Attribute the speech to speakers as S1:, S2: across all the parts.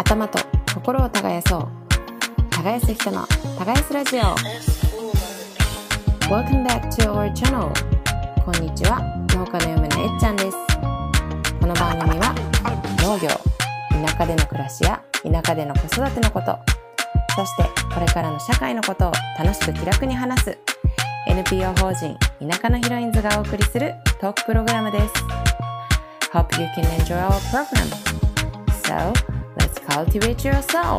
S1: 頭と心を耕そう。耕す人の耕すラジオ。 Welcome back to our channel。 こんにちは、農家の嫁のえっちゃんです。この番組は農業、田舎での暮らしや田舎での子育てのこと、そしてこれからの社会のことを楽しく気楽に話す NPO 法人田舎のヒロインズがお送りするトークプログラムです。 Hope you can enjoy our program. So, let's cultivate yourself.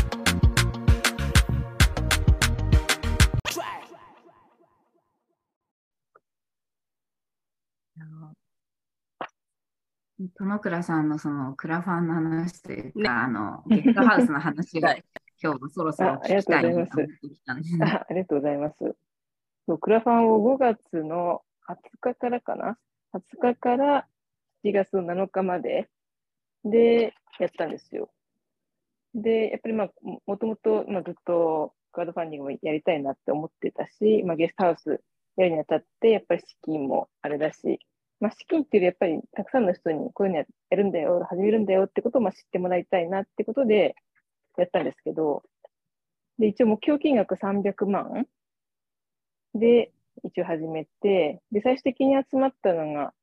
S2: 友倉さんのそのクラファンの話というか、ゲストハウスの話が今日もそろそろ聞きたいなと思ってきたんです。
S3: ありがとうございます。クラファンを5月の20日からかな ?20 日から7月の7日まででやったんですよ。で、やっぱりもともとずっとクラウドファンディングもやりたいなって思ってたし、ゲストハウスやるにあたって、やっぱり資金もあれだし、資金っていうよりやっぱりたくさんの人にこういうのやるんだよ、始めるんだよってことを知ってもらいたいなってことでやったんですけど、で、一応目標金額300万で一応始めて、で、最終的に集まったのが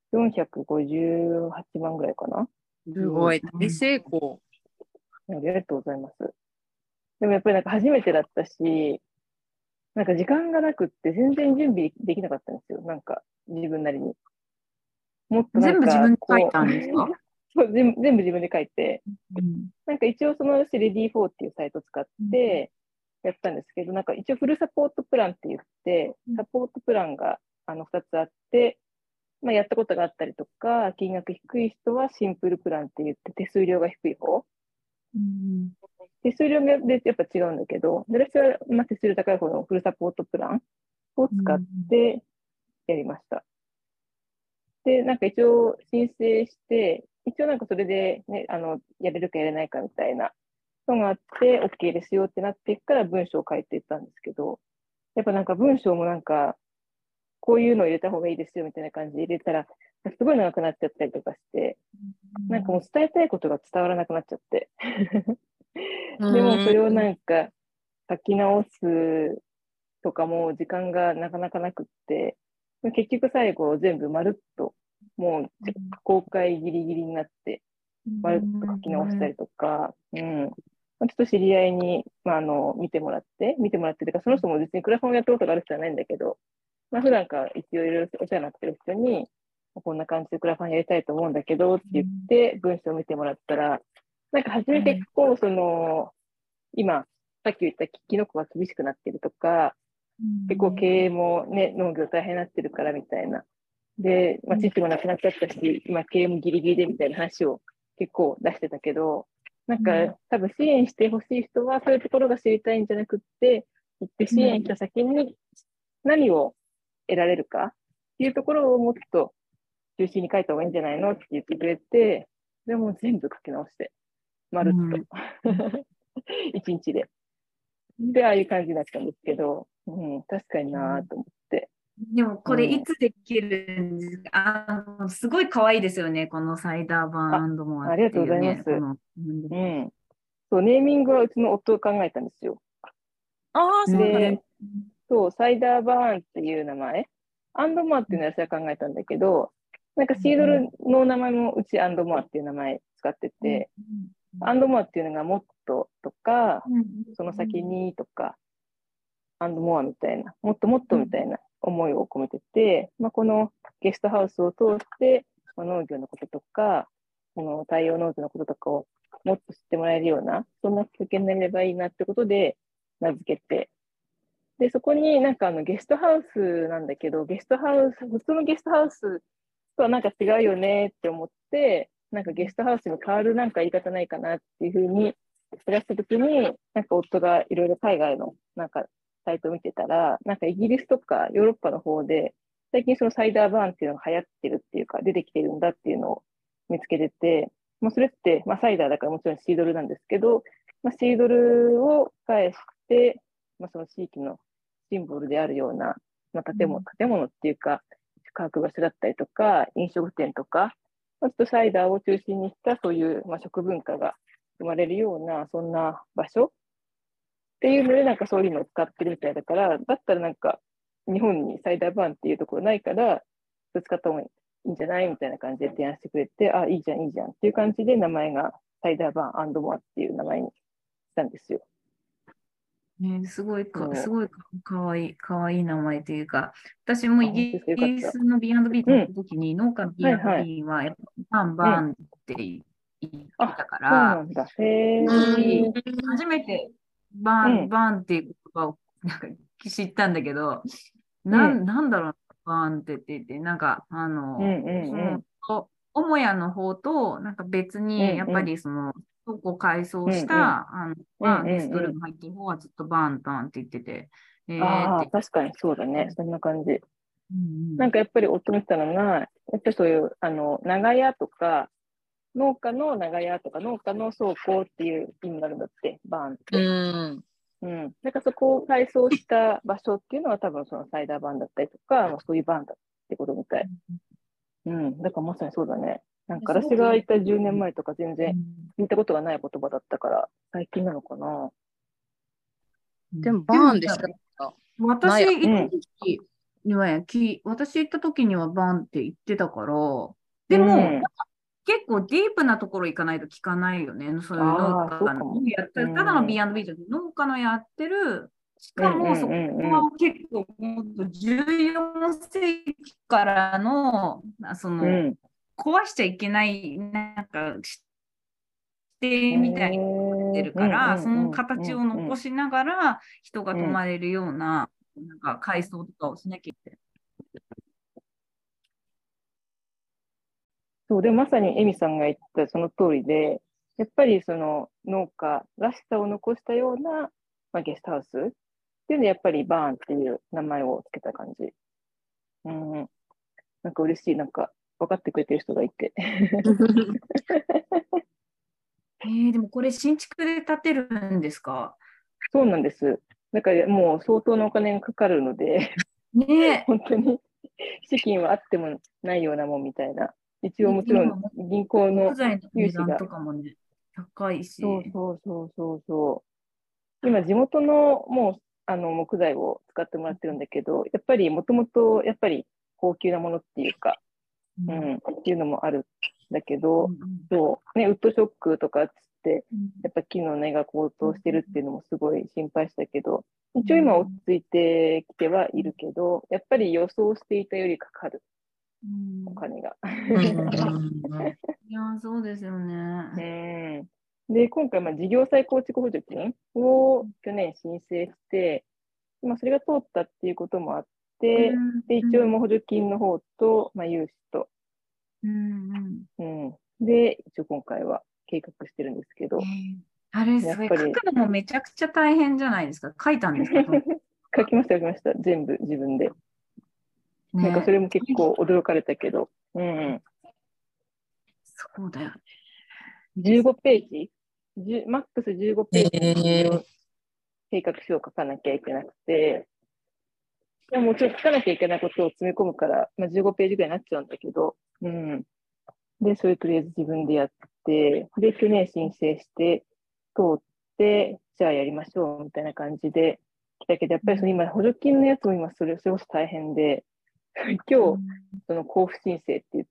S3: 458万ぐらいかな。
S1: すごい、大成功。
S3: ありがとうございます。でもやっぱり初めてだったし、時間がなくって全然準備できなかったんですよ。自分なりに。もっと
S2: 全部自分で書いたんですか？
S3: そう全部自分で書いて、一応そのレディー4っていうサイトを使ってやったんですけど、一応フルサポートプランって言って、サポートプランが2つあって、やったことがあったりとか、金額低い人はシンプルプランって言って手数料が低い方。手数料でやっぱ違うんだけど、私は手数料高い方のフルサポートプランを使ってやりました。で、一応申請して、一応それでね、やれるかやれないかみたいなのがあって、OK ですよってなっていくから文章を書いていったんですけど、やっぱ文章もこういうのを入れた方がいいですよみたいな感じで入れたら、すごい長くなっちゃったりとかして、もう伝えたいことが伝わらなくなっちゃって。でもそれを書き直すとかも時間がなかなかなくって、結局最後全部まるっともう公開ギリギリになってまるっと書き直したりとか、ちょっと知り合いに、見てもらってというか、その人も別にクラファンをやったことがある人じゃないんだけど、普段から一応いろいろお世話になってる人に、こんな感じでクラファンやりたいと思うんだけどって言って文章を見てもらったら、初めて結構今、さっき言ったキノコが厳しくなってるとか、結構経営もね、農業大変になってるからみたいな。で、地域もなくなっちゃったし、今経営もギリギリでみたいな話を結構出してたけど、多分支援してほしい人はそういうところが知りたいんじゃなくって、行って支援した先に何を得られるかっていうところをもっと中心に書いた方がいいんじゃないのって言ってくれて、でも全部書き直して、まるっと。一日で。で、ああいう感じになったんですけど、確かになと思って。
S2: でも、これいつできるんですか？すごい可愛いですよね、このサイダーバンモアっていうね。
S3: ありがとうございます。そう、ネーミングはうちの夫が考えたんですよ。で、そう、サイダーバーンっていう名前、アンドモアっていうのは私は考えたんだけど、シードルの名前もうちアンドモアっていう名前使ってて、アンドモアっていうのがもっととか、その先にとか、アンドモアみたいな、もっともっとみたいな思いを込めてて、このゲストハウスを通して、農業のこととか、この太陽農業のこととかをもっと知ってもらえるような、そんなきっかけになればいいなってことで名付けて、で、そこにゲストハウスなんだけど、普通のゲストハウスとは違うよねって思って、ゲストハウスに変わる言い方ないかなっていうふうに探したときに、夫がいろいろ海外のサイトを見てたら、イギリスとかヨーロッパの方で、最近そのサイダーバーンっていうのが流行ってるっていうか、出てきてるんだっていうのを見つけてて、それって、サイダーだからもちろんシードルなんですけど、シードルを返して、その地域のシンボルであるような、建物っていうか、宿泊場所だったりとか、飲食店とか、ちょっとサイダーを中心にしたそういう、食文化が生まれるような、そんな場所っていうので、なんかそういうのを使ってるみたいだから、だったらなんか、日本にサイダーバーンっていうところないから、それ使った方がいいんじゃないみたいな感じで提案してくれて、あ、いいじゃん、いいじゃんっていう感じで名前がサイダーバーンモアっていう名前にしたんですよ。
S2: すごいかわいい名前というか、私もイギリスの B&B に行った時に、農家の B&B はやっぱバンって言ってたから、初めてバンっていう言葉をなんか知ったんだけど、なんだろう、バンって言って、なんか、母屋の方と、なんか別に、やっぱり倉庫改装した、ゲストルーム入ってる方はずっとバンって言ってて。
S3: 確かにそうだね。そんな感じ。なんかやっぱり夫に言ったのが、やっぱりそういう、長屋とか、農家の長屋とか、農家の倉庫っていう意味があるんだって、バーンって。なんかそこを改装した場所っていうのは多分そのサイダーバーンだったりとか、そういうバーンだってことみたい。だからまさにそうだね。なんか私がいた10年前とか全然聞いたことがない言葉だったから、最近なのかな。
S4: でもバーンでした。
S2: 私行った時にはバーンって言ってたから、でも、結構ディープなところ行かないと聞かないよね。そういう農家のやってる、ただの B&B じゃなくて、農家のやってる、しかもそこは結構もっと14世紀からの、壊しちゃいけない、なんか、指定みたいになってるから、その形を残しながら人が泊まれるような、なんか改装とかをしなきゃいけない。
S3: そう、でもまさにエミさんが言ったその通りで、やっぱりその農家らしさを残したような、ゲストハウスっていうので、やっぱりバーンっていう名前をつけた感じ。なんか嬉しい、なんか分かってくれてる人がいて。
S2: でもこれ新築で建てるんですか？
S3: そうなんです。だからもう相当なお金がかかるので、本当に資金はあってもないようなもんみたいな。一応もちろん銀行の融資が。
S2: とかもね、高いし。
S3: そう。今地元のもう木材を使ってもらってるんだけど、やっぱりもともとやっぱり高級なものっていうか、っていうのもあるんだけど、そうね、ウッドショックとかっつって、やっぱ木の値が高騰してるっていうのもすごい心配したけど、一応今落ち着いてきてはいるけど、やっぱり予想していたよりかかる、お金が。
S2: いや、そうですよ
S3: ね。で、今回、事業再構築補助金を去年申請して、それが通ったっていうこともあって、で一応補助金の方と、融資と、で、一応今回は計画してるんですけど。
S2: あれ、それ書くのもめちゃくちゃ大変じゃないですか。書いたんですか？
S3: 書きました、全部自分で。なんかそれも結構驚かれたけど。
S2: そうだよね。
S3: 15ページマックス15ページの計画書を書かなきゃいけなくて、でもちょっと書かなきゃいけないことを詰め込むから、15ページぐらいになっちゃうんだけど、で、それとりあえず自分でやって、で、去年申請して、通って、じゃあやりましょうみたいな感じで来たけど、やっぱり今、補助金のやつも今、それこそ大変で、今日、その交付申請って言って、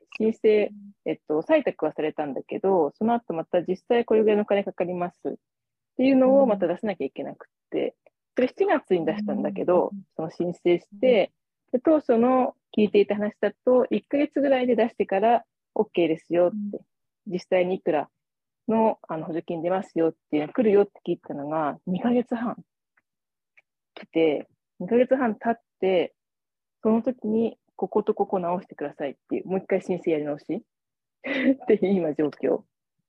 S3: 申請、採択はされたんだけど、その後また実際これぐらいのお金かかりますっていうのをまた出さなきゃいけなくて、それ7月に出したんだけど、その申請して、で当初の聞いていた話だと、1ヶ月ぐらいで出してから OK ですよって、実際にいくらの補助金出ますよっていうの来るよって聞いたのが2ヶ月半来て、2ヶ月半経って、その時にこことここ直してくださいっていう、もう一回申請やり直しっていう今状況。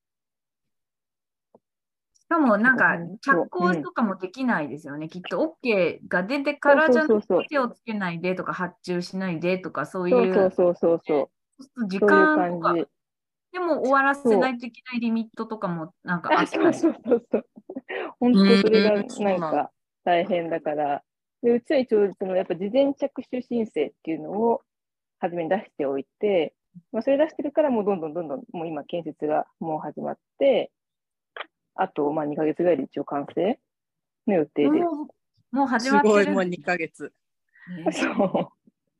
S2: しかもなんか着工とかもできないですよね。きっと OK が出てからじゃなくて手をつけないでとか発注しないでとかそういう。時間とか。でも終わらせないといけないリミットとかもなんかあったり。
S3: そう。本当それがなんか大変だから。でうちは一応やっぱ事前着手申請っていうのを初めに出しておいて、それ出してるからもうどんどんもう今建設がもう始まって、 あと、まあ、2ヶ月ぐらいで一応完成の予定です。
S2: もう始まってる。
S4: すごい、もう2ヶ月。
S3: そう。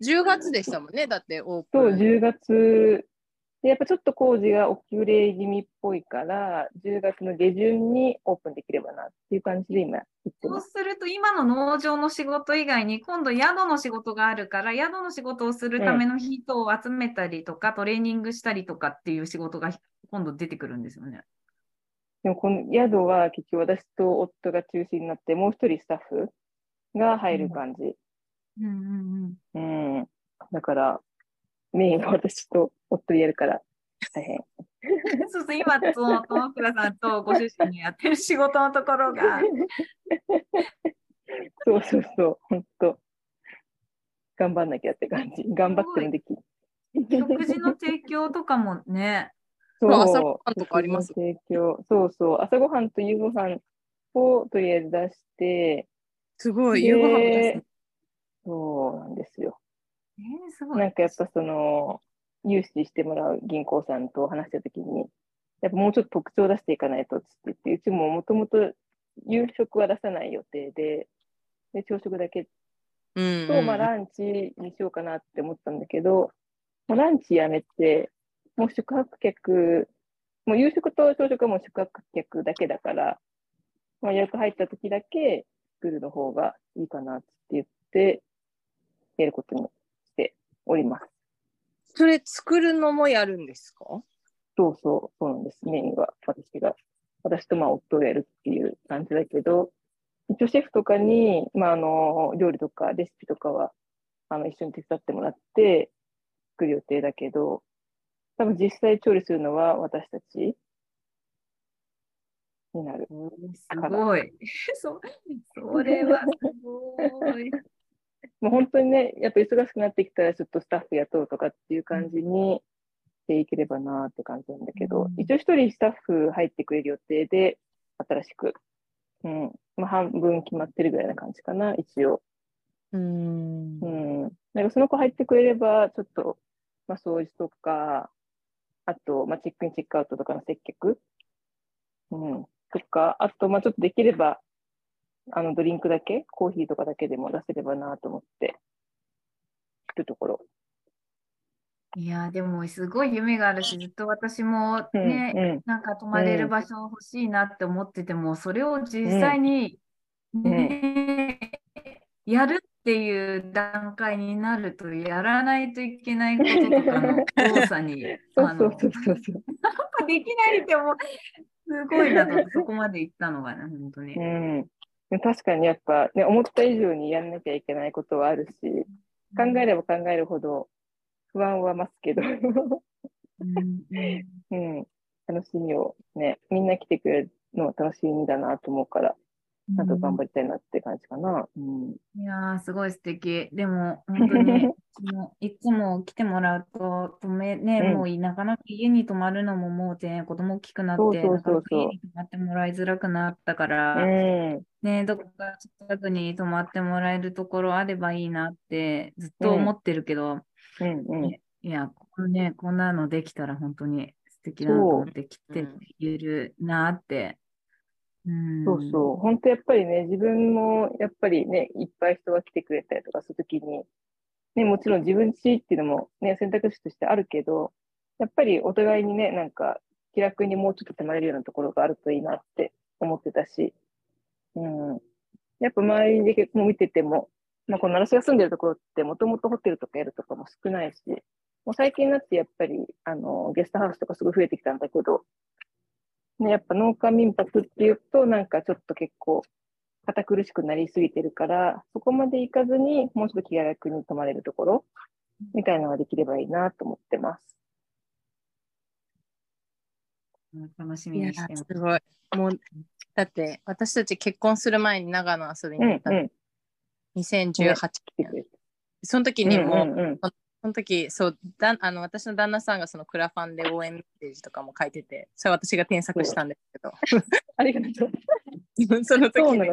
S4: 10月でしたもんね、だってオープ
S3: そう、
S4: ン。
S3: 10月で、やっぱちょっと工事が遅れ気味っぽいから、10月の下旬にオープンできればなっていう感じで今言って
S2: そう
S3: ます。
S2: すると、今の農場の仕事以外に、今度宿の仕事があるから、宿の仕事をするための人を集めたりとか、トレーニングしたりとかっていう仕事が今度出てくるんですよね。
S3: でもこの宿は結局私と夫が中心になって、もう一人スタッフが入る感じ。だから、メインは私と夫でやるから大変。
S2: そうそう、今、その友倉さんとご主人にやってる仕事のところが。
S3: そうそうそう、本当頑張んなきゃって感じ。頑張ってもできる。
S2: 食事の提供とかもね。
S3: そう、
S4: 朝ごはんとかあります？
S3: 提供。そうそう、朝ごはんと夕ごはんをとりあえず出して、
S4: すごい、夕ごはんも出す。
S3: そうなんですよ。
S2: すごい。
S3: なんかやっぱその、融資してもらう銀行さんと話したときに、やっぱもうちょっと特徴を出していかないとって言って、うちももともと夕食は出さない予定で、朝食だけと、まあ、ランチにしようかなって思ったんだけど、もうランチやめて、もう宿泊客、もう夕食と朝食はもう宿泊客だけだから、まあ、予約入った時だけ作るの方がいいかなって言って、やることにしております。
S4: それ作るのもやるんですか？
S3: そうそう、そうなんです。メインは私とまあ夫がやるっていう感じだけど、一応シェフとかに、まあ、料理とかレシピとかは一緒に手伝ってもらって作る予定だけど、多分実際調理するのは私たちになる。
S2: すごい。それはすごい。
S3: もう本当にね、やっぱ忙しくなってきたらちょっとスタッフ雇うとかっていう感じにしていければなって感じなんだけど、一応一人スタッフ入ってくれる予定で、新しく。まあ、半分決まってるぐらいな感じかな、一応。なんかその子入ってくれれば、ちょっと、まあ、掃除とか、あと、まあ、チェックイン、チェックアウトとかの接客、とか、あと、まあ、ちょっとできれば、ドリンクだけ、コーヒーとかだけでも出せればなと思って、るところ。
S2: いや、でもすごい夢があるし、ずっと私もね、なんか泊まれる場所欲しいなって思ってても、それを実際に、やるっていう段階になると、やらないといけないこととかの多さに、
S3: なんか
S2: できないってもすごいなと、そこまで行ったのがね、本当に。
S3: 確かにやっぱ、ね、思った以上にやんなきゃいけないことはあるし、考えれば考えるほど不安は増すけど、楽しみをね、みんな来てくれるのは楽しみだなと思うから、あと頑張りたいなって感じかな。
S2: いやー、すごい素敵。でも、本当にいつも来てもらうと、もうなかなか家に泊まるのももうね、子供大きくなって、なかなか家に泊まってもらいづらくなったから、どこか近くに泊まってもらえるところあればいいなってずっと思ってるけど、いや、こんなのできたら本当に素敵だなと思って来て言えるなって。
S3: そうそう。本当やっぱりね、自分もやっぱりね、いっぱい人が来てくれたりとかするときに、ね、もちろん自分家っていうのもね、選択肢としてあるけど、やっぱりお互いにね、なんか気楽にもうちょっと泊まれるようなところがあるといいなって思ってたし、やっぱ周りで結構見てても、まあ、この私が住んでるところってもともとホテルとかやるとかも少ないし、もう最近になってやっぱりゲストハウスとかすごい増えてきたんだけど、ね、やっぱ農家民泊っていうと、なんかちょっと結構、堅苦しくなりすぎてるから、そこまで行かずに、もうちょっと気楽に泊まれるところ、みたいなのができればいいなと思ってます。
S2: 楽しみにしてます。
S4: すごい。もう、だって、私たち結婚する前に長野遊びに行った。2018年。その時にもその時、私の旦那さんがそのクラファンで応援メッセージとかも書いてて、それは私が添削したんですけど。
S3: ありがとう。
S4: その時に、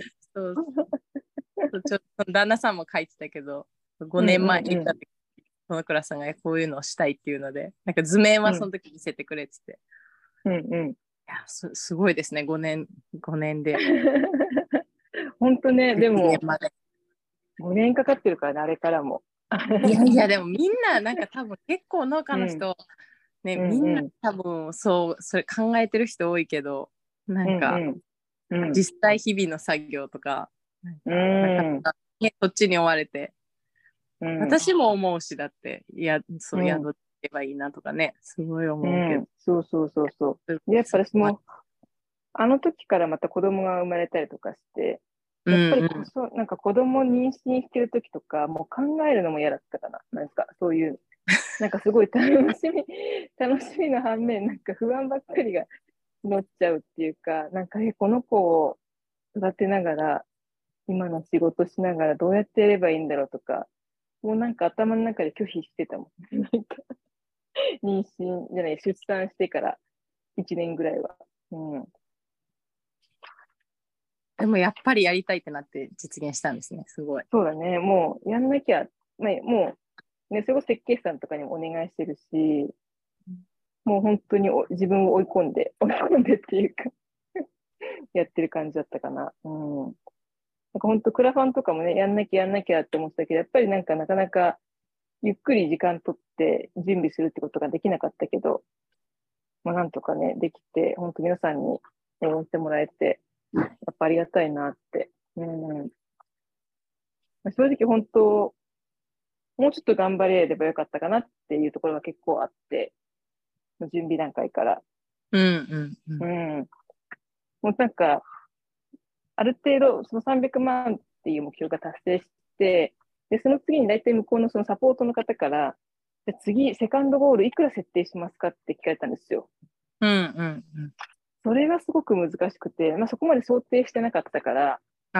S4: 旦那さんも書いてたけど、5年前に行った時、そのクラさんがこういうのをしたいっていうので、なんか図面はその時見せてくれてて。いすごいですね、5年で。
S3: 本当ね、でも
S4: まで
S3: 5年かかってるからね、あれからも。
S4: いやいや、でもみんななんか多分結構農家の人、ね、みんな多分それ考えてる人多いけど、なんか実際日々の作業とか、なかなかね、そっちに追われて、私も思うし、だって、そう宿ればいいなとかね、すごい思うけど。
S3: そう。で、やっぱ私も、あの時からまた子供が生まれたりとかして、やっぱりなんか子供妊娠してる時とか、もう考えるのも嫌だったかな。なんかそういう、なんかすごい楽しみの反面、なんか不安ばっかりが乗っちゃうっていうか、なんかこの子を育てながら、今の仕事しながらどうやってやればいいんだろうとか、もうなんか頭の中で拒否してたもん。なんか妊娠じゃない、出産してから1年ぐらいは。
S4: でもやっぱりやりたいってなって実現したんですね、すごい。
S3: そうだね、もうやんなきゃ、もう、ね、それこそ設計士さんとかにもお願いしてるし、もう本当に自分を追い込んでっていうかやってる感じだったかな。なんか本当クラファンとかもね、やんなきゃって思ってたけど、やっぱりなんかなかなかゆっくり時間取って準備するってことができなかったけど、なんとかね、できて、本当皆さんに応援してもらえて、やっぱありがたいなって。正直本当、もうちょっと頑張れればよかったかなっていうところが結構あって、準備段階から。もうなんか、ある程度、その300万っていう目標が達成して、で、その次に大体向こうのそのサポートの方から、じゃ次、セカンドゴールいくら設定しますかって聞かれたんですよ。それがすごく難しくて、そこまで想定してなかったから。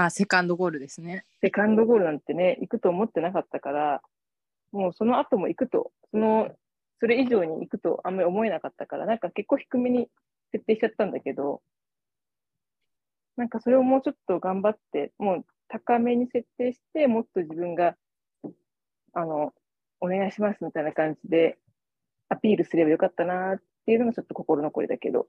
S4: セカンドゴールですね。
S3: セカンドゴールなんてね、行くと思ってなかったから、もうその後も行くと、それ以上に行くとあんまり思えなかったから、なんか結構低めに設定しちゃったんだけど、なんかそれをもうちょっと頑張って、もう高めに設定して、もっと自分が、お願いしますみたいな感じでアピールすればよかったなっていうのがちょっと心残りだけど。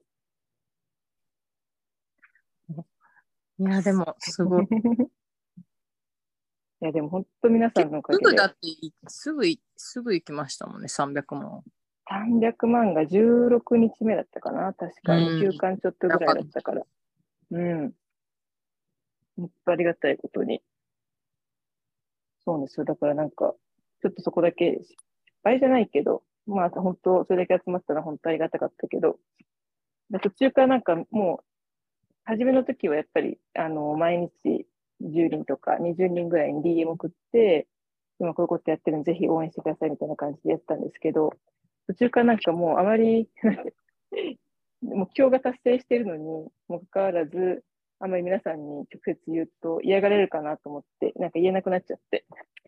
S4: いや、でも、すごい。
S3: いや、でも本当皆さんのおかげで。
S4: すぐだって、すぐ行きましたもんね、300万。
S3: 300万が16日目だったかな、確か。2週間ちょっとぐらいだったから。本当ありがたいことに。そうですよ。だからなんか、ちょっとそこだけ失敗じゃないけど、本当、それだけ集まったら本当ありがたかったけど、途中からなんかもう、初めの時はやっぱり、毎日10人とか20人ぐらいに DM 送って、今こういうことやってるんで、ぜひ応援してくださいみたいな感じでやったんですけど、途中からなんかもうあまり目標が達成しているのにもかかわらず、あまり皆さんに直接言うと嫌がられるかなと思って、なんか言えなくなっちゃって、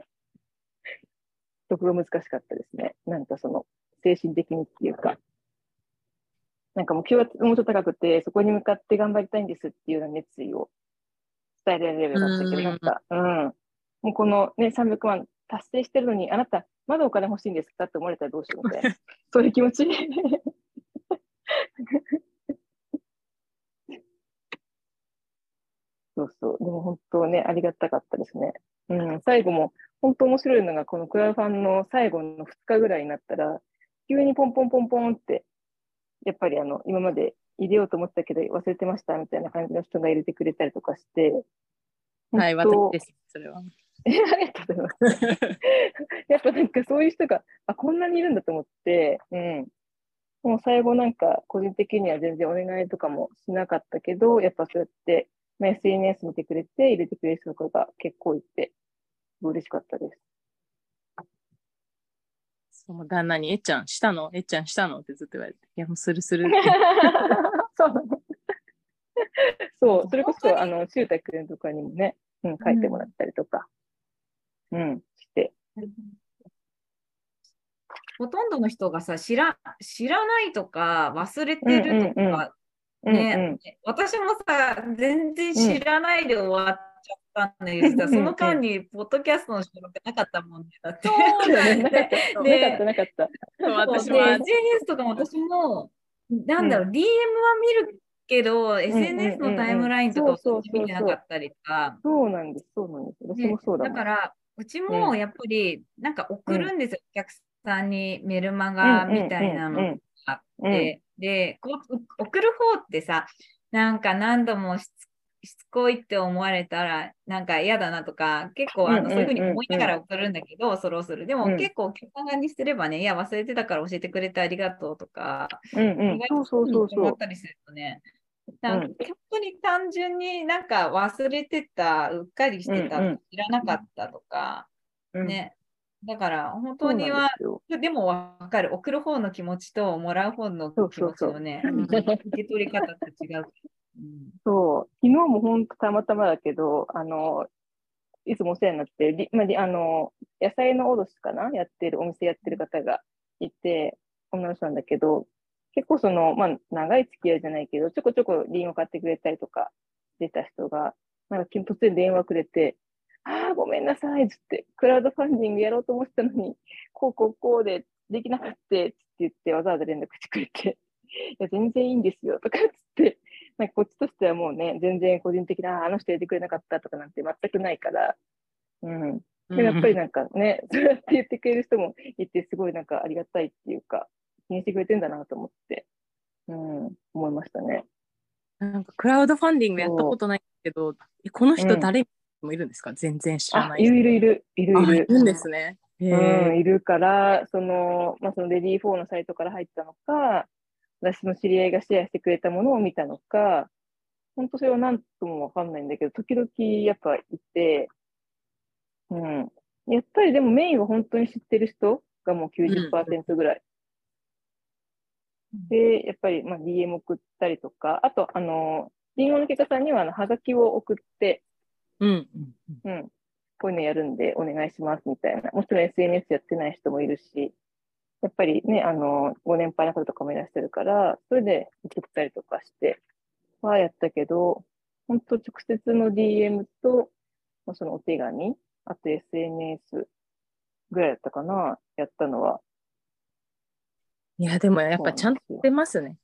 S3: そこが難しかったですね。なんか精神的にっていうか、なんか目標はもうちょっと高くて、そこに向かって頑張りたいんですっていうような熱意を伝えられればよかったけど、なんか、もうこのね、300万達成してるのに、あなた、まだお金欲しいんですかって思われたらどうしようみたいな、そういう気持ち。そうそう。でも本当ね、ありがたかったですね。最後も、本当面白いのが、このクラファンの最後の2日ぐらいになったら、急にポンポンポンポンって、やっぱり今まで入れようと思ったけど忘れてましたみたいな感じの人が入れてくれたりとかして、
S4: はい、私です、それは。
S3: ありがとうございます。やっぱなんかそういう人が、こんなにいるんだと思って、もう最後なんか個人的には全然お願いとかもしなかったけど、やっぱそうやって、SNS 見てくれて入れてくれる人とかが結構いて、嬉しかったです。
S4: そう旦那に、えっちゃんしたのってずっと言われて、いやもうするって。
S3: そう、それこそ、しゅうたくんとかにもね、書いてもらったりとか、して。
S2: ほとんどの人がさ、知らないとか、忘れてるとか、私もさ、全然知らないで終わっちゃったんだけどさ、その間に、ポッドキャストの収録なかったもんね。だって。
S3: そうだね、なかった。
S2: 私も SNS とかも私も、DM は見るけど、SNS のタイムラインとかを見てなかったりとか。
S3: そうなんです、そうなんです。私もそうだもん。
S2: だから、うちもやっぱり、なんか送るんですよ、お客さんにメルマガみたいなのがあって。で、送る方ってさ、なんか何度もしつこいって思われたら、なんか嫌だなとか、結構そういうふうに思いながら送るんだけど、恐る恐る。でも結構、お客さんにしてればね、いや、忘れてたから教えてくれてありがとうとか、意外と言ってもらったりするとね、なんか本当に単純になんか忘れてた、うっかりしてた、知らなかったとか、ね。だから本当には、でも分かる。送る方の気持ちともらう方の気持ちのね、受け取り方って違う。
S3: そう、昨日も本当たまたまだけど、いつもお世話になって、野菜の卸かなお店やってる方がいて、女の人なんだけど、結構長い付き合いじゃないけど、ちょこちょこリンを買ってくれたりとか出た人が、なんか突然電話くれて、ごめんなさいっつって、クラウドファンディングやろうと思ってたのに、こうでできなかったって言って、わざわざ連絡してくれて、いや、全然いいんですよとかっつって、なんかこっちとしてはもうね、全然個人的な、あの人やってくれなかったとかなんて全くないから、でやっぱりなんかね、そうやって言ってくれる人もいて、すごいなんかありがたいっていうか、気にしてくれてんだなと思って、思いましたね。
S4: なんかクラウドファンディングやったことないけど、この人誰もいるんですか？全然知らない。
S3: いる
S4: んですね。
S3: いるから、そのレディー4のサイトから入ったのか、私の知り合いがシェアしてくれたものを見たのか、本当それは何ともわかんないんだけど、時々やっぱいて、やっぱりでもメインは本当に知ってる人がもう 90% ぐらい。で、やっぱりDM 送ったりとか、あと、リンゴのけかさんにははがきを送って、こういうのやるんでお願いしますみたいな。もちろん SNS やってない人もいるし、やっぱりね、ご年配の方とかもいらっしゃるから、それで送ったりとかして、やったけど、本当直接の DM と、そのお手紙、あと SNS ぐらいだったかな、やったのは。
S4: いや、でもやっぱちゃんとしてますね。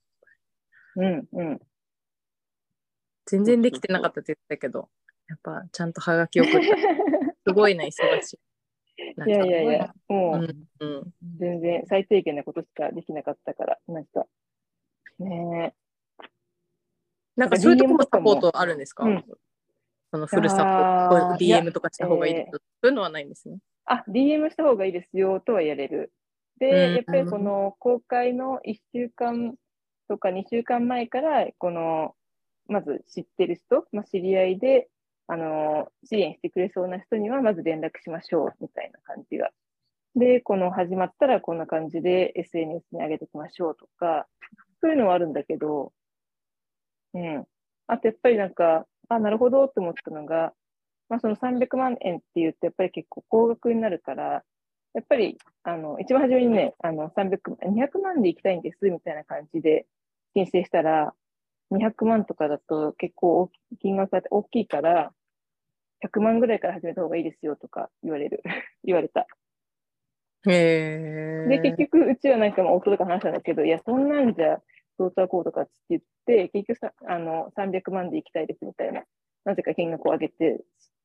S4: 全然できてなかったって言ったけど、やっぱちゃんとはがき送った。すごいな、忙しい。
S3: いや、もう、全然最低限なことしかできなかったから、なんか、ねえ。
S4: なんかそういうとこもサポートあるんですか？そのフルサポート、DM とかした方がいいです。そういうのはないんですね。
S3: DM した方がいいですよとはやれる。で、やっぱりこの公開の1週間とか2週間前から、まず知ってる人、知り合いで、支援してくれそうな人には、まず連絡しましょう、みたいな感じが。で、始まったらこんな感じで SNS に上げていきましょうとか、そういうのはあるんだけど、あとやっぱりなんか、なるほどって思ったのが、その300万円って言うと、やっぱり結構高額になるから、やっぱり、一番初めにね、200万で行きたいんです、みたいな感じで申請したら、200万とかだと結構金額が大きいから、100万ぐらいから始めた方がいいですよとか言われた。で、結局、うちはなんか夫とか話したんだけど、いや、そんなんじゃ、どうとこうとかって言って、結局300万で行きたいですみたいな、なぜか金額を上げて、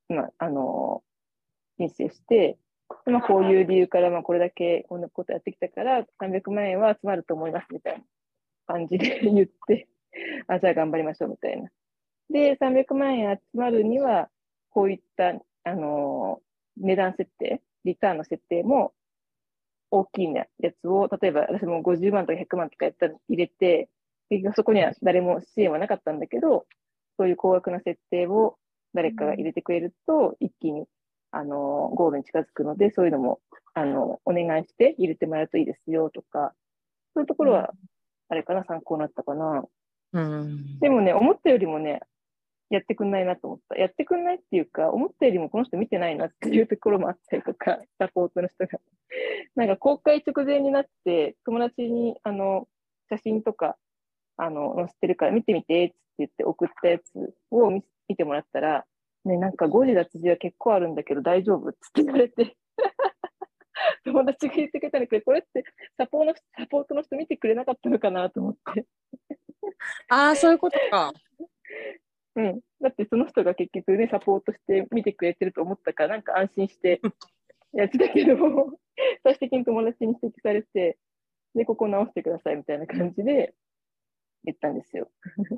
S3: 申請して、こういう理由から、これだけこんなことやってきたから、300万円は集まると思いますみたいな感じで言って、じゃあ頑張りましょうみたいな。で、300万円集まるには、こういった、値段設定、リターンの設定も大きいやつを、例えば私も50万とか100万とかやったら入れて、結局そこには誰も支援はなかったんだけど、そういう高額な設定を誰かが入れてくれると、一気にゴールに近づくので、そういうのもお願いして入れてもらうといいですよとか、そういうところは、あれかな、参考になったかな。でもね、思ったよりもね、やってくんないなと思った。やってくんないっていうか、思ったよりもこの人見てないなっていうところもあったりとか、サポートの人が。なんか公開直前になって、友達に写真とか載せてるから見てみてって言って送ったやつを見てもらったら、ね、なんか誤字脱字は結構あるんだけど大丈夫って言われて、友達が言ってくれたんだけど、これってサポートの人見てくれなかったのかなと思って。
S4: ああ、そういうことか。
S3: うん。だってその人が結局ね、サポートして見てくれてると思ったから、なんか安心してやってたけど、最終的に友達に指摘されて、で、ここ直してくださいみたいな感じで言ったんですよ。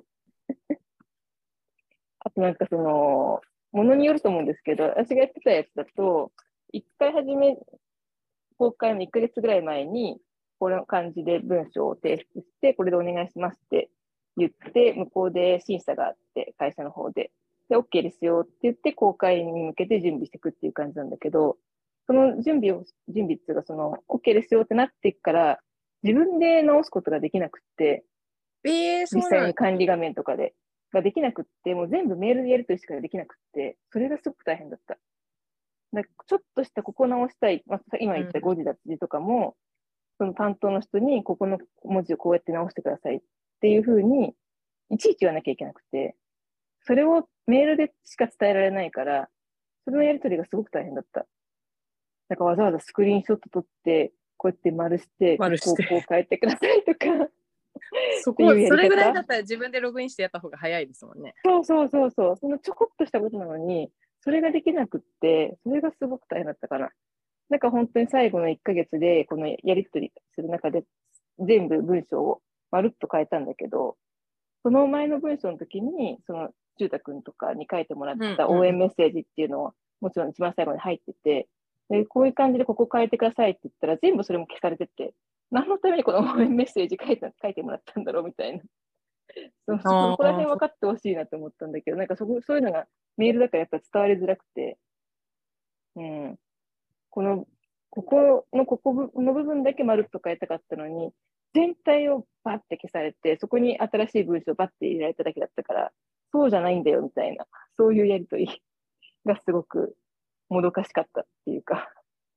S3: あとなんかその、ものによると思うんですけど、私がやってたやつだと、一回公開の1ヶ月ぐらい前に、この感じで文章を提出して、これでお願いしますって言って、向こうで審査があって、会社の方で。で、OK ですよって言って、公開に向けて準備していくっていう感じなんだけど、その準備っていうか、その、OK ですよってなってから、自分で直すことができなくって、実際
S4: そうなんだ。
S3: に管理画面とかで、ができなくって、もう全部メールでやるとしかできなくって、それがすごく大変だった。ちょっとしたここ直したい、まあ、今言った誤字脱字とかも、その担当の人にここの文字をこうやって直してくださいっていうふうに、いちいち言わなきゃいけなくて、それをメールでしか伝えられないから、それのやりとりがすごく大変だった。なんかわざわざスクリーンショット撮って、こうやって丸して、こう変えてくださいとか
S4: それぐらいだったら自分でログインしてやった方が早いですもんね。
S3: そう。そのちょこっとしたことなのに、それができなくって、それがすごく大変だったかな。なんか本当に最後の1ヶ月で、このやりとりする中で、全部文章をまるっと変えたんだけど、その前の文章の時に、その、中太くんとかに書いてもらった応援メッセージっていうのを、もちろん一番最後に入ってて、で、こういう感じでここ変えてくださいって言ったら、全部それも消されてて、何のためにこの応援メッセージ書いてもらったんだろうみたいな。そこら辺分かってほしいなと思ったんだけど、なんかそういうのがメールだからやっぱ伝わりづらくて、うん。ここの部分だけまるっと変えたかったのに、全体をバッて消されて、そこに新しい文章をバッて入れられただけだったから、そうじゃないんだよみたいな、そういうやりとりがすごくもどかしかったっていうか。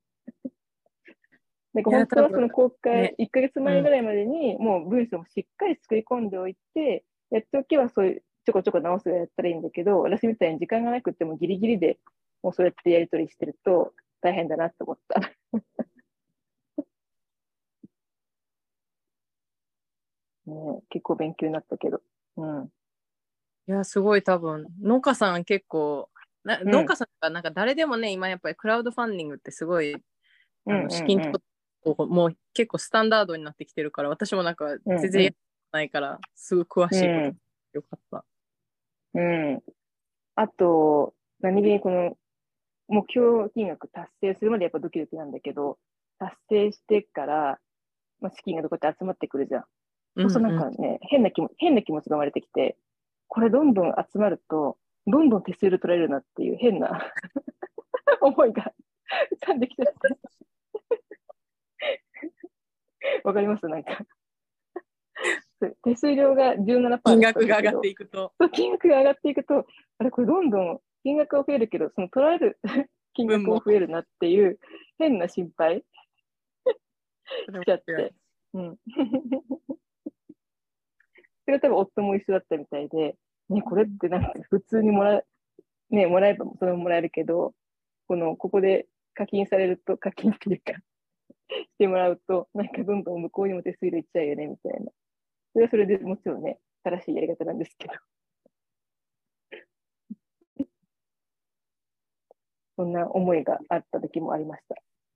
S3: なんか本当はその公開1ヶ月前ぐらいまでにもう文章もしっかり作り込んでおいて、やっておけばそういうちょこちょこ直すがやったらいいんだけど、私みたいに時間がなくてもギリギリでもうそうやってやりとりしてると大変だなって思った。ね、結構勉強になったけど。うん。
S4: いや、すごい多分、農家さん結構、農家さんがなんか誰でもね、今やっぱりクラウドファンディングってすごい、資金ともう結構スタンダードになってきてるから、私もなんか全然やってないから、すごい詳しいこと、よかった。
S3: うん。あと、何気にこの目標金額達成するまでやっぱドキドキなんだけど、達成してから、まあ、資金がどこって集まってくるじゃん。そうするとなんかね、変な気持ちが生まれてきて、これどんどん集まると、どんどん手数料取られるなっていう変な思いが浮かんできちゃって。わかりますなんか。手数料が17%
S4: 金額が上がっていくと。
S3: 金額が上がっていくと、あれこれどんどん金額は増えるけど、その取られる金額も増えるなっていう変な心配しちゃって。うん。それは多分夫も一緒だったみたいで、ね、これってなんか普通にもらえばそれももらえるけど、ここで課金っていうか、してもらうと、なんかどんどん向こうにも手数料いっちゃうよね、みたいな。それはそれでもちろんね、正しいやり方なんですけど。そんな思いがあった時もありました。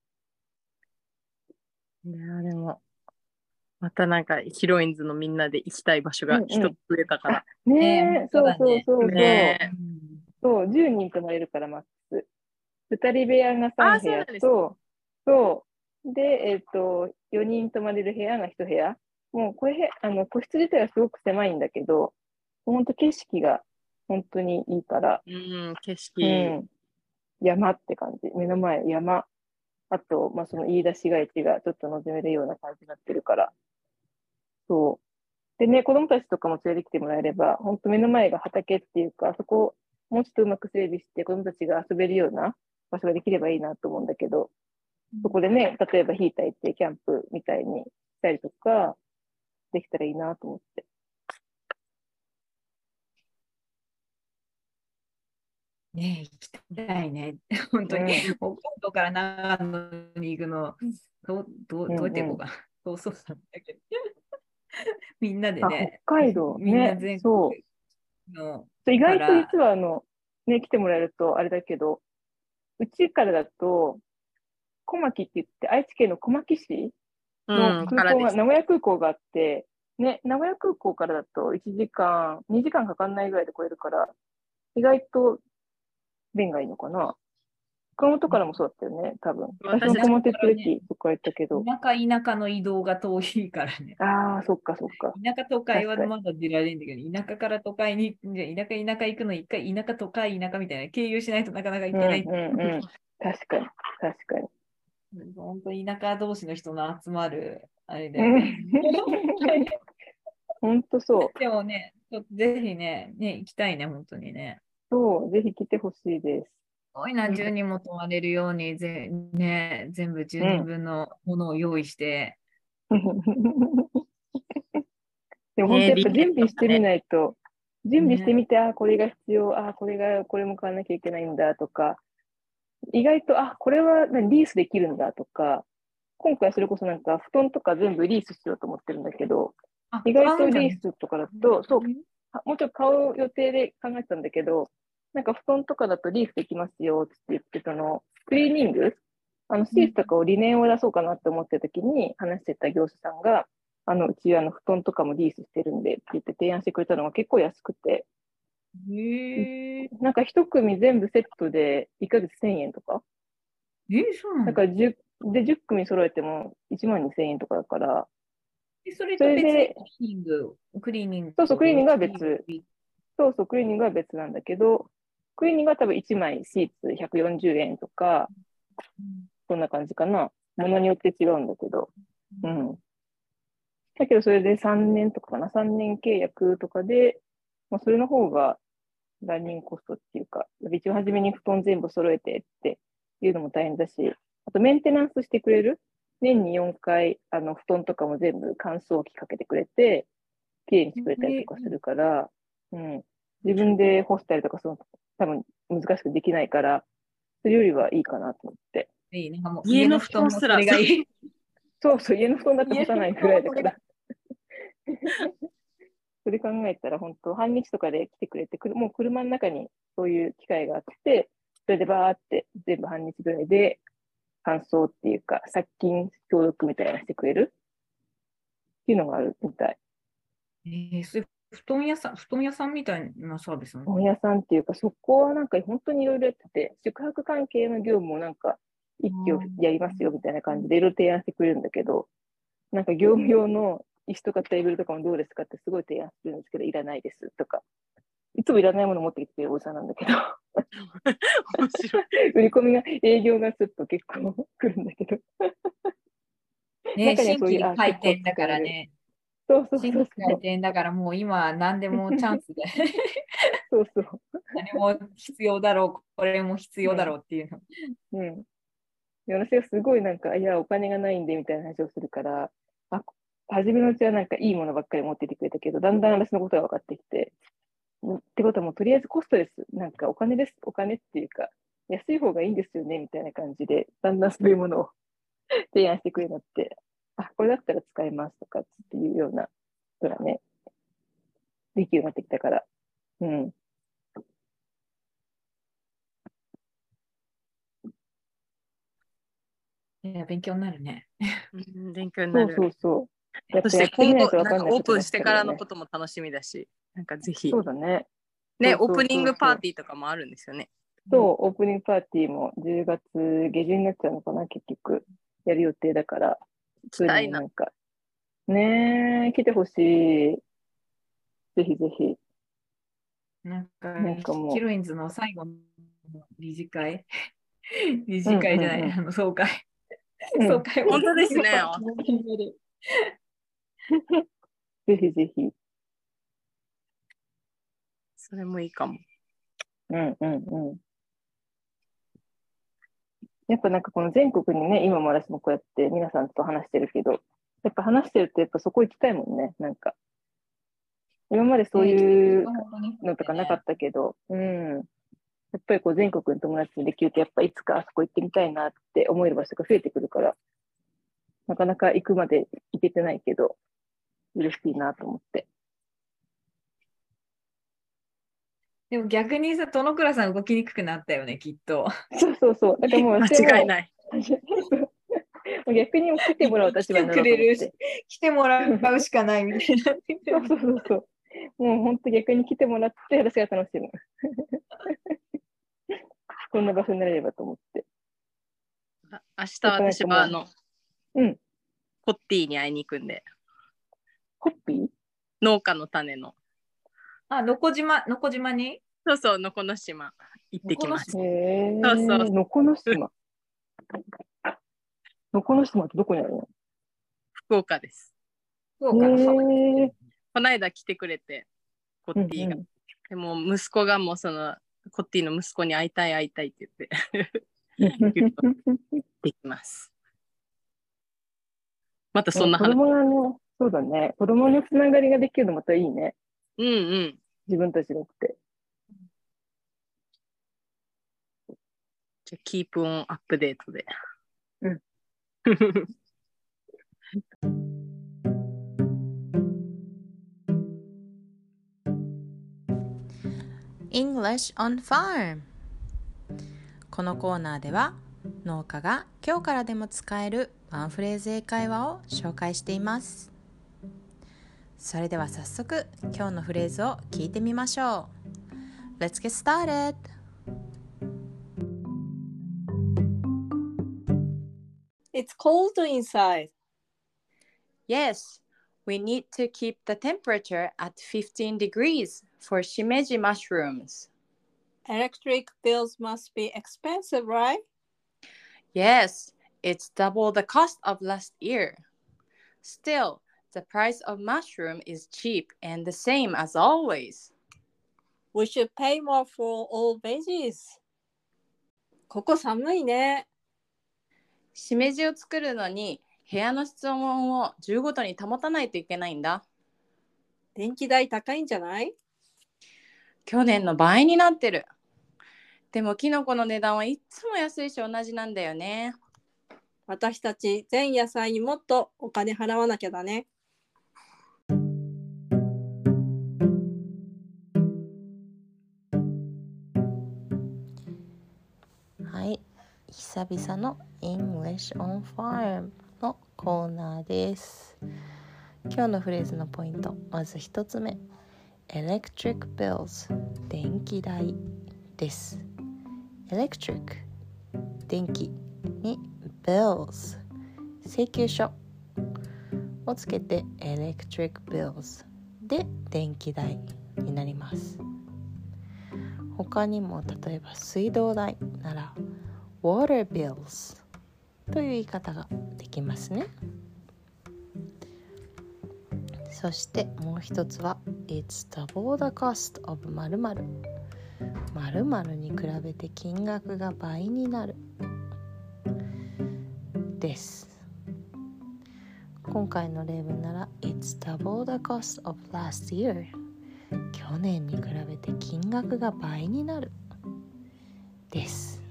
S4: いや、でも、またなんかヒロインズのみんなで行きたい場所が一つ増えたから。
S3: ねえ、そう。
S4: ね、
S3: そう、10人泊まれるからマックス。2人部屋が3部屋と、そう。で、4人泊まれる部屋が1部屋。もうこれ、個室自体はすごく狭いんだけど、本当景色が本当にいいから。
S4: 景色。
S3: 山って感じ。目の前山。あと、まあ、その飯田市街地がちょっと望めるような感じになってるから。そう。でね、子供たちとかも連れてきてもらえれば、本当目の前が畑っていうか、そこをもうちょっとうまく整備して、子供たちが遊べるような場所ができればいいなと思うんだけど、そこでね、例えば火焚いてキャンプみたいにしたりとか、できたらいいなと思って。
S2: ねえ、行きたいね。本当に。北海道から長野に行くの、どうやって行こうかな。そうなんだけど。 みんなで
S3: あ、
S2: ね、
S3: 北海道
S2: みんな
S3: ね、
S2: 全
S3: そ
S2: 国の
S3: う。意外と
S2: から
S3: 実はね、来てもらえるとあれだけど、うちからだと、小牧って言って、愛知県の小牧市の空港が、
S4: からです。
S3: 名古屋空港があって、ね、名古屋空港からだと1時間、2時間かかんないぐらいで来れるから、意外と便がいいのかな。熊本からもそうだったよね、多分。私も
S4: 私たち
S3: 熊本行ってる
S2: ね、
S3: 時、そこから行ったけど。
S2: 田舎の移動が遠いからね。
S3: ああ、そっかそっか。
S2: 田舎都会は
S3: 確かに。
S2: まだ出られるんだけど、田舎から都会に、じゃあ田舎行くの一回、田舎都会田舎みたいな経由しないとなかなか行けない。
S3: 確かに、確かに。
S2: 本当田舎同士の人の集まる、あれだよね。
S3: 本当そう。
S2: でもね、ぜひね、行きたいね、本当にね。
S3: そう、ぜひ来てほしいです。
S2: すごいな、10人も泊まれるように全部10人分のものを用意して。
S3: でも本当やっぱ準備してみないと、準備して
S2: ね、
S3: みて、これが必要、これも買わなきゃいけないんだとか、意外と、これはリースできるんだとか、今回それこそなんか布団とか全部リースしようと思ってるんだけど、意外とリースとかだと、そう、もうちょっと買う予定で考えてたんだけど、なんか布団とかだとリースできますよって言って、クリーニング、シーツとかをリネンを出そうかなって思ってた時に話してた業者さんが、うち布団とかもリースしてるんでって言って提案してくれたのが結構安くて、なんか一組全部セットで1ヶ月1000円とか。
S2: そうなんだ。
S3: だから10組揃えても1万2000円とかだから。
S2: それと別でクリーニング。
S3: そうそう、クリーニングは別。そうそう、クリーニングは別なんだけど、クリーニングは多分1枚シーツ140円とか、そんな感じかな。ものによって違うんだけど。うん。だけどそれで3年とかかな。3年契約とかで、それの方がランニングコストっていうか、一応初めに布団全部揃えてっていうのも大変だし、あとメンテナンスしてくれる。年に4回、布団とかも全部乾燥機かけてくれて、きれいにしてくれたりとかするから、自分で干したりとか、多分難しくできないから、それよりはいいかなと思って。
S2: 家の布団もそれがいい。
S3: そうそう、家の布団だって干さないぐらいだから。それ考えたら、本当半日とかで来てくれて、もう車の中にそういう機械があって、それでバーって全部半日ぐらいで乾燥っていうか、殺菌消毒みたいなしてくれるっていうのがあるみたい。
S2: それ布団屋さんみたいなサービスなの？
S3: 布団屋さんっていうか、そこはなんか本当にいろいろやってて、宿泊関係の業務もなんか一挙やりますよみたいな感じでいろいろ提案してくれるんだけど、なんか業務用の椅子とかテーブルとかもどうですかってすごい提案するんですけど、いらないですとか。いつもいらないもの持ってきてるおじさんなんだけど。
S4: 面白い。
S3: 売り込みが、営業がちょっと結構来るんだけど。
S2: ね、新規開店だからね。
S3: そうそうそう。
S2: 新規開店だからもう今何でもチャンスで。
S3: そうそう。
S2: 何も必要だろう、これも必要だろうっていうの。
S3: 私がすごいなんか、いや、お金がないんでみたいな話をするから、初めのうちはなんかいいものばっかり持っててくれたけど、だんだん私のことが分かってきて、ってことはもうとりあえずコストです。なんかお金です。お金っていうか、安い方がいいんですよね、みたいな感じで、だんだんそういうものを提案してくれるようになって、これだったら使えますとかっていうようなことがね、できるようになってきたから。
S2: 勉強になるね。
S4: 勉強になる。
S3: そう。
S4: そして今後、オープンしてからのことも楽しみだし、なんかぜひ。
S3: そうだね。
S4: ね、オープニングパーティーとかもあるんですよね。
S3: そう、オープニングパーティーも10月下旬になっちゃうのかな、結局。やる予定だから。
S4: 行きたいな。
S3: なんか、ねえ、来てほしい。ぜひぜひ。
S2: なんかもう、ヒロインズの最後の理事会じゃない、総会。総会
S4: 本当ですね。
S3: ぜひぜひ。
S4: それもいいかも。
S3: やっぱなんかこの全国にね、今も私もこうやって皆さんと話してるけど、やっぱ話してるとやっぱそこ行きたいもんね、なんか。今までそういうのとかなかったけど、やっぱりこう全国の友達にできると、やっぱいつかあそこ行ってみたいなって思える場所が増えてくるから、なかなか行くまで行けてないけど、 嬉しいなと思って。
S2: でも逆にさ、殿倉さん動きにくくなったよね、きっと。
S3: そうそうそう。だからもう
S4: 間違いない。
S3: 逆に来てもらう立場になろうと思って。
S2: 来てもらうしかないみたいな。
S3: そうそうそう。もう本当逆に来てもらって私が楽しむ。こんな場所になれればと思って。
S4: 明日私はコッティに会いに行くんで。
S3: コッピー？
S4: 農家の種の。
S2: のこ島に？
S4: そうそう、のこの島行ってきます。
S3: へー、
S4: そうそう。
S3: のこの島。のこの島ってどこにあるの？
S4: 福岡です。
S2: 福岡の浜。
S4: この間来てくれて、コッティが。でも息子がもうコッティの息子に会いたいって言ってできます。またそんな話。
S3: 子供がね、そうだね。子供のつながりができるのまたいいね。
S4: うんうん。
S3: 自分たちがって。
S4: じゃあキープオンアップデートで。
S3: うん。
S1: English on Farm。 このコーナーでは農家が今日からでも使えるワンフレーズ英会話を紹介しています。それでは早速今日のフレーズを聞いてみましょう。 Let's get started.
S5: It's cold inside.
S4: Yes, we need to keep the temperature at 15 degrees for shimeji mushrooms.
S5: Electric bills must be expensive, right?
S4: Yes, it's double the cost of last year. Still, the price of mushroom is cheap and the same as always.
S5: We should pay more for all veggies. ここ寒いね。
S4: しめじを作るのに部屋の室温を15度に保たないといけないんだ。
S5: 電気代高いんじゃない？
S4: 去年の倍になってる。でもキノコの値段はいつも安いし同じなんだよね。
S5: 私たち全野菜にもっとお金払わなきゃだね。
S1: はい、久々の English on Farm のコーナーです。今日のフレーズのポイント、まず一つ目、 Electric bills 電気代です。 Electric 電気に bills 請求書をつけて Electric bills で電気代になります。他にも例えば水道代なら water bills という言い方ができますね。そしてもう一つは It's double the cost of 〇〇〇〇に比べて金額が倍になるです。今回の例文なら It's double the cost of last year、去年に比べて金額が倍になるです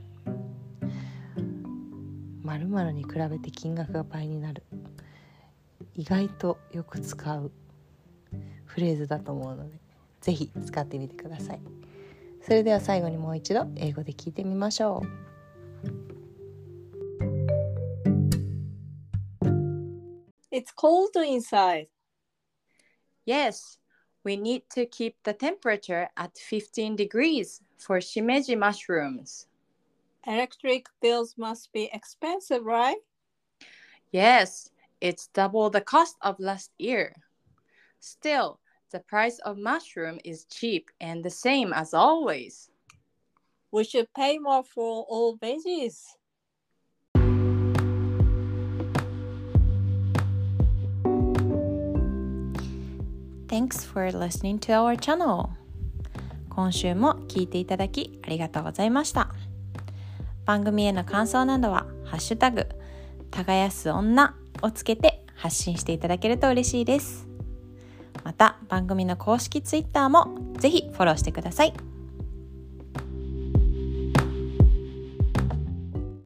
S1: 。〇〇に比べて金額が倍になる、意外とよく使うフレーズだと思うので、ぜひ使ってみてください。それでは最後にもう一度英語で聞いてみましょう。
S5: It's cold inside.
S4: Yes, we need to keep the temperature at 15 degrees for shimeji mushrooms.
S5: Electric bills must be expensive, right?
S4: Yes, it's double the cost of last year. Still, the price of mushroom is cheap and the same as always.
S5: We should pay more for all veggies.
S1: Thanks for listening to our channel. 今週も聞いていただきありがとうございました。番組への感想などはハッシュタグ耕す女をつけて発信していただけると嬉しいです。また番組の公式ツイッターもぜひフォローしてください。